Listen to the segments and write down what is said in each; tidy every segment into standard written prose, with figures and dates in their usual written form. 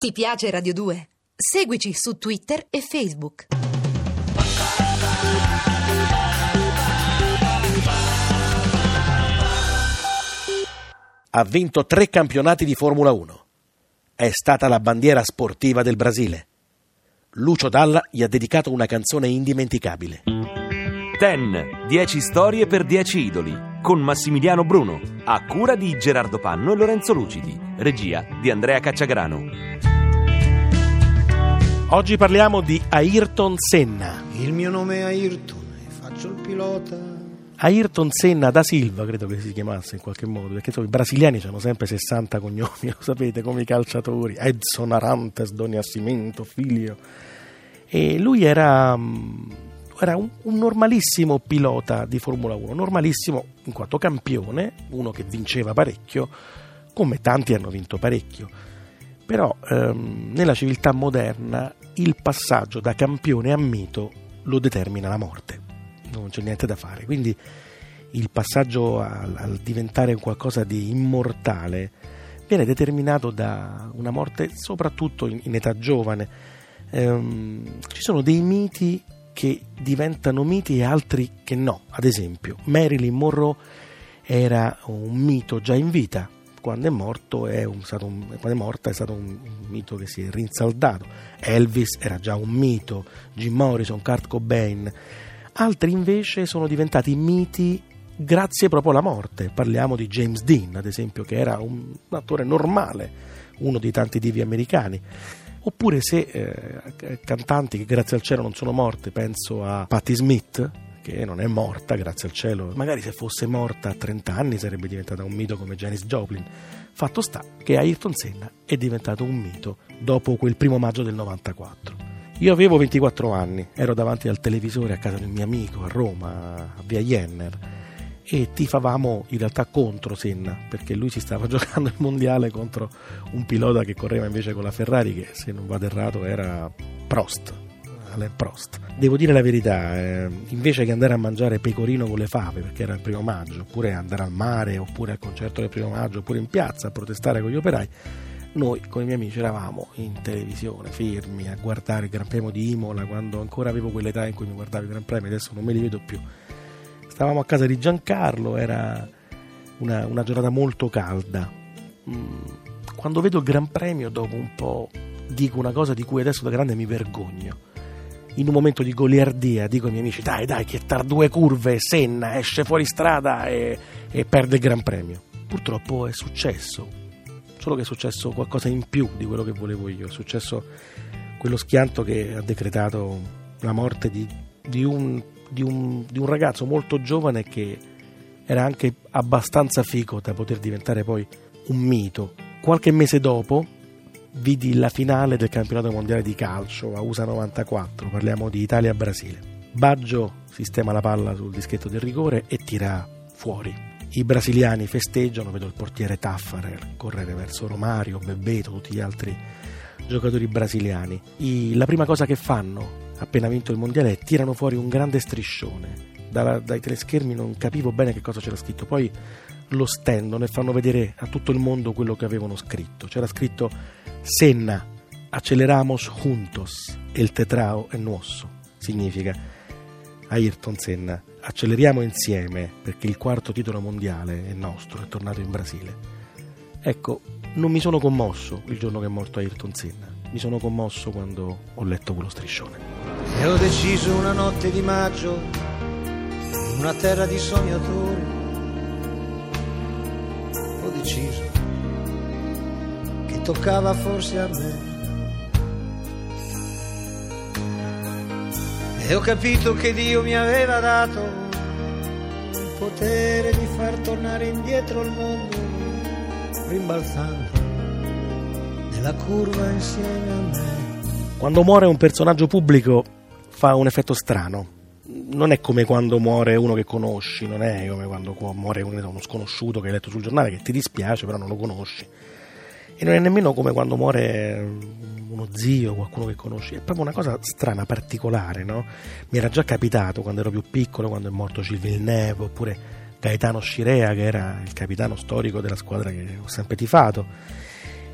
Ti piace Radio 2? Seguici su Twitter e Facebook. Ha vinto 3 campionati di Formula 1. È stata la bandiera sportiva del Brasile. Lucio Dalla gli ha dedicato una canzone indimenticabile. 10 storie per 10 idoli, con Massimiliano Bruno, a cura di Gerardo Panno e Lorenzo Lucidi, regia di Andrea Cacciagrano. Oggi parliamo di Ayrton Senna. Il mio nome è Ayrton e faccio il pilota. Ayrton Senna da Silva, credo che si chiamasse in qualche modo, perché i brasiliani hanno sempre 60 cognomi, lo sapete, come i calciatori. Edson Arantes, Doni Nascimento, Filio. E lui era un normalissimo pilota di Formula 1, normalissimo in quanto campione, uno che vinceva parecchio, come tanti hanno vinto parecchio. Però nella civiltà moderna il passaggio da campione a mito lo determina la morte, non c'è niente da fare, quindi il passaggio al diventare qualcosa di immortale viene determinato da una morte soprattutto in età giovane. Ci sono dei miti che diventano miti e altri che no. Ad esempio Marilyn Monroe era un mito già in vita, quando è morta è stato un mito che si è rinsaldato. Elvis era già un mito, Jim Morrison, Kurt Cobain. Altri invece sono diventati miti grazie proprio alla morte. Parliamo di James Dean, ad esempio, che era un attore normale, uno dei tanti divi americani. Oppure cantanti che grazie al cielo non sono morte, penso a Patti Smith, che non è morta, grazie al cielo. Magari se fosse morta a 30 anni sarebbe diventata un mito come Janis Joplin. Fatto sta che Ayrton Senna è diventato un mito dopo quel 1 maggio del 94. Io avevo 24 anni, ero davanti al televisore a casa del mio amico a Roma, a Via Jenner, e tifavamo in realtà contro Senna, perché lui si stava giocando il mondiale contro un pilota che correva invece con la Ferrari, che se non vado errato era Prost. Devo dire la verità, invece che andare a mangiare pecorino con le fave perché era il 1 maggio, oppure andare al mare, oppure al concerto del 1 maggio, oppure in piazza a protestare con gli operai, noi con i miei amici eravamo in televisione fermi a guardare il Gran Premio di Imola, quando ancora avevo quell'età in cui mi guardavo i Gran Premi, adesso non me li vedo più. Stavamo a casa di Giancarlo, era una giornata molto calda. Quando vedo il Gran Premio, dopo un po' dico una cosa di cui adesso da grande mi vergogno. In un momento di goliardia dico ai miei amici: dai che tra 2 curve Senna esce fuori strada e perde il Gran Premio. Purtroppo è successo, solo che è successo qualcosa in più di quello che volevo io. È successo quello schianto che ha decretato la morte di un ragazzo molto giovane che era anche abbastanza fico da poter diventare poi un mito. Qualche mese dopo vidi la finale del campionato mondiale di calcio a USA 94, parliamo di Italia-Brasile. Baggio sistema la palla sul dischetto del rigore e tira fuori. I brasiliani festeggiano, vedo il portiere Taffarel correre verso Romario, Bebeto, tutti gli altri giocatori brasiliani. La prima cosa che fanno appena vinto il mondiale è tirano fuori un grande striscione. Dai teleschermi non capivo bene che cosa c'era scritto, poi lo stendono e fanno vedere a tutto il mondo quello che avevano scritto. C'era scritto: Senna, acceleramos juntos, el tetrao è nuosso. Significa: Ayrton Senna, acceleriamo insieme perché il 4º titolo mondiale è nostro, è tornato in Brasile. Ecco, non mi sono commosso il giorno che è morto Ayrton Senna, mi sono commosso quando ho letto quello striscione. E ho deciso una notte di maggio, in una terra di sognatori, ho deciso che toccava forse a me. E ho capito che Dio mi aveva dato il potere di far tornare indietro il mondo, rimbalzando nella curva insieme a me. Quando muore un personaggio pubblico fa un effetto strano. Non è come quando muore uno che conosci, non è come quando muore uno sconosciuto che hai letto sul giornale, che ti dispiace però non lo conosci. E non è nemmeno come quando muore uno zio, qualcuno che conosci. È proprio una cosa strana, particolare, no? Mi era già capitato quando ero più piccolo, quando è morto Gilles Villeneuve, oppure Gaetano Scirea, che era il capitano storico della squadra che ho sempre tifato.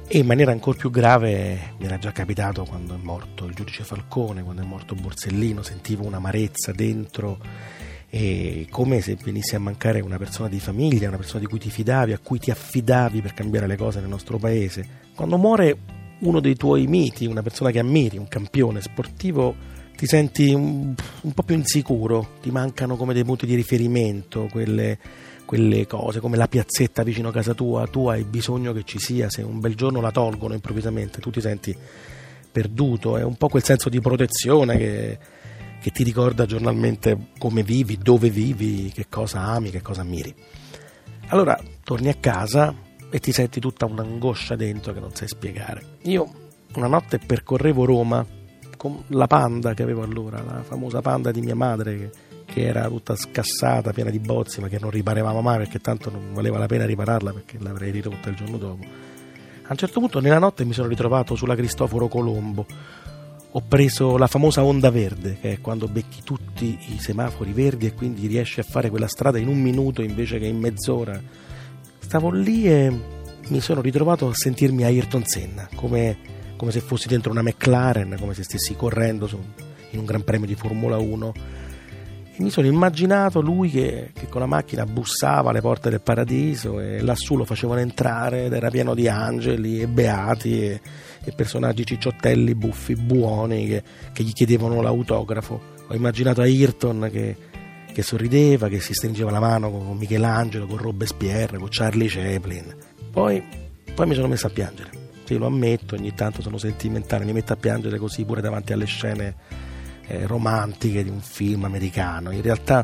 E in maniera ancora più grave mi era già capitato quando è morto il giudice Falcone, quando è morto Borsellino, sentivo un'amarezza dentro, e come se venisse a mancare una persona di famiglia, una persona di cui ti fidavi, a cui ti affidavi per cambiare le cose nel nostro paese. Quando muore uno dei tuoi miti, una persona che ammiri, un campione sportivo, ti senti un po' più insicuro, ti mancano come dei punti di riferimento, quelle cose come la piazzetta vicino a casa tua, tu hai bisogno che ci sia, se un bel giorno la tolgono improvvisamente tu ti senti perduto, è un po' quel senso di protezione che ti ricorda giornalmente come vivi, dove vivi, che cosa ami, che cosa ammiri. Allora torni a casa e ti senti tutta un'angoscia dentro che non sai spiegare. Io una notte percorrevo Roma con la Panda che avevo allora, la famosa Panda di mia madre che era tutta scassata, piena di bozzi, ma che non riparevamo mai perché tanto non valeva la pena ripararla perché l'avrei rirotta il giorno dopo. A un certo punto nella notte mi sono ritrovato sulla Cristoforo Colombo, ho preso la famosa onda verde, che è quando becchi tutti i semafori verdi e quindi riesci a fare quella strada in un minuto invece che in mezz'ora. Stavo lì e mi sono ritrovato a sentirmi Ayrton Senna, come se fossi dentro una McLaren, come se stessi correndo in un Gran Premio di Formula 1, e mi sono immaginato lui che con la macchina bussava alle porte del paradiso e lassù lo facevano entrare ed era pieno di angeli e beati e personaggi cicciottelli, buffi, buoni che gli chiedevano l'autografo. Ho immaginato Ayrton che sorrideva, che si stringeva la mano con Michelangelo, con Robespierre, con Charlie Chaplin. Poi mi sono messo a piangere. Sì, lo ammetto, ogni tanto sono sentimentale, mi metto a piangere così pure davanti alle scene romantiche di un film americano. In realtà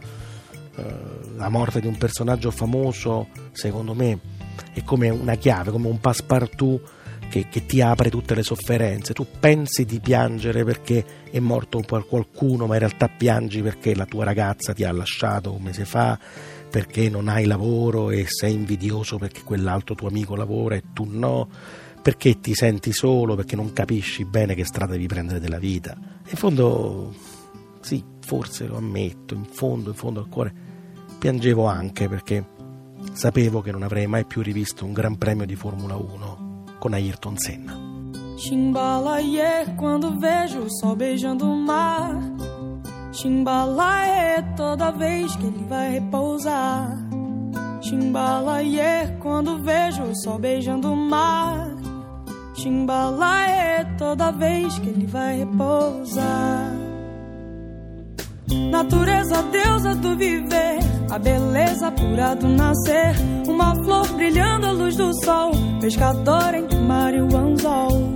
la morte di un personaggio famoso, secondo me, è come una chiave, come un passepartout che ti apre tutte le sofferenze. Tu pensi di piangere perché è morto qualcuno, ma in realtà piangi perché la tua ragazza ti ha lasciato un mese fa, perché non hai lavoro e sei invidioso perché quell'altro tuo amico lavora e tu no, perché ti senti solo, perché non capisci bene che strada devi prendere della vita. In fondo, sì, forse lo ammetto, in fondo al cuore piangevo anche perché sapevo che non avrei mai più rivisto un Gran Premio di Formula 1 con Ayrton Senna. Chimbalaie, quando vejo o sol beijando o mar. Chimbalaie, toda vez que ele vai repousar. Chimbalaie, quando vejo o sol beijando o mar. Chimbalaie, toda vez que ele vai repousar. Natureza, deusa do viver, a beleza pura do nascer. Uma flor brilhando à luz do sol, pescador entre o mar e o anzol.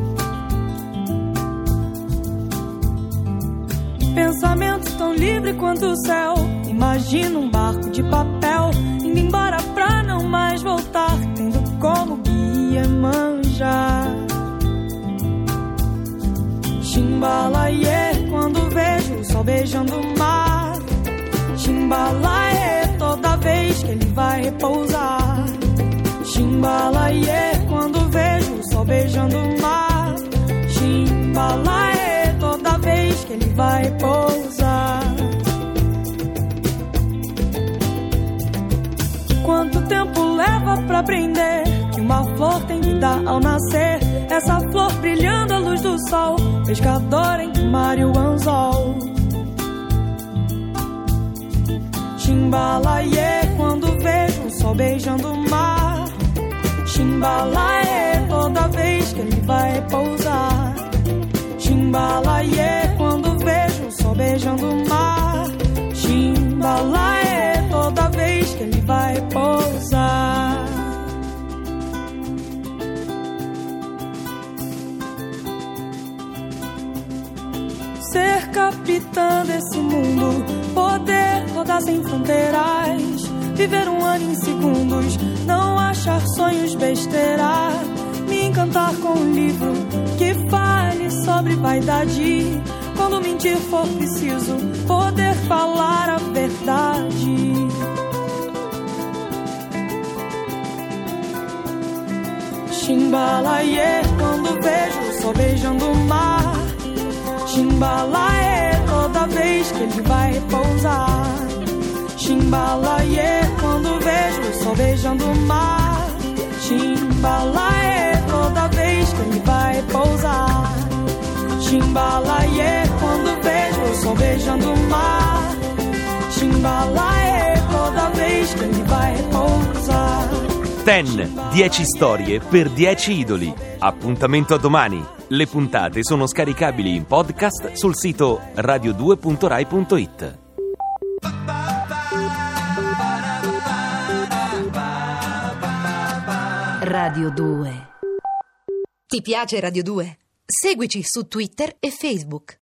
Pensamento tão livre quanto o céu, imagina um barco de papel indo embora pra não mais voltar, tendo como guia Iemanjá. Chimbalaie, quando vejo o sol beijando o mar. Chimbalaie, toda vez que ele vai repousar. Chimbalaie, quando vejo o sol beijando o mar. Chimbalaie, toda vez que ele vai repousar. Quanto tempo leva pra aprender que uma flor tem vida ao nascer? Essa flor brilhando à luz do sol, pescador entre o mar e o anzol. Chimbalaie, quando vejo o sol beijando o mar. Chimbalaie, toda vez que ele vai repousar. Chimbalaie, quando vejo o sol beijando o mar. Chimbalaie, toda vez que ele vai repousar. Ser capitã desse mundo, poder rodar sem fronteiras, viver um ano em segundos, não achar sonhos besteira, me encantar com um livro que fale sobre vaidade, quando mentir for preciso, poder falar a verdade. Chimbalaie, quando vejo o sol beijando o mar. Chimbalaie, toda vez que ele vai repousar. Chimbalaie, quando vejo o sol beijando o mar. Chimbalaie, toda ele vai pousar. Chimbalaie, quando vejo o sol beijando o mar. Chimbalaie, toda vez che ele vai pousar. 10 storie per 10 idoli. Appuntamento a domani. Le puntate sono scaricabili in podcast sul sito radio2.rai.it. Radio 2. Ti piace Radio 2? Seguici su Twitter e Facebook.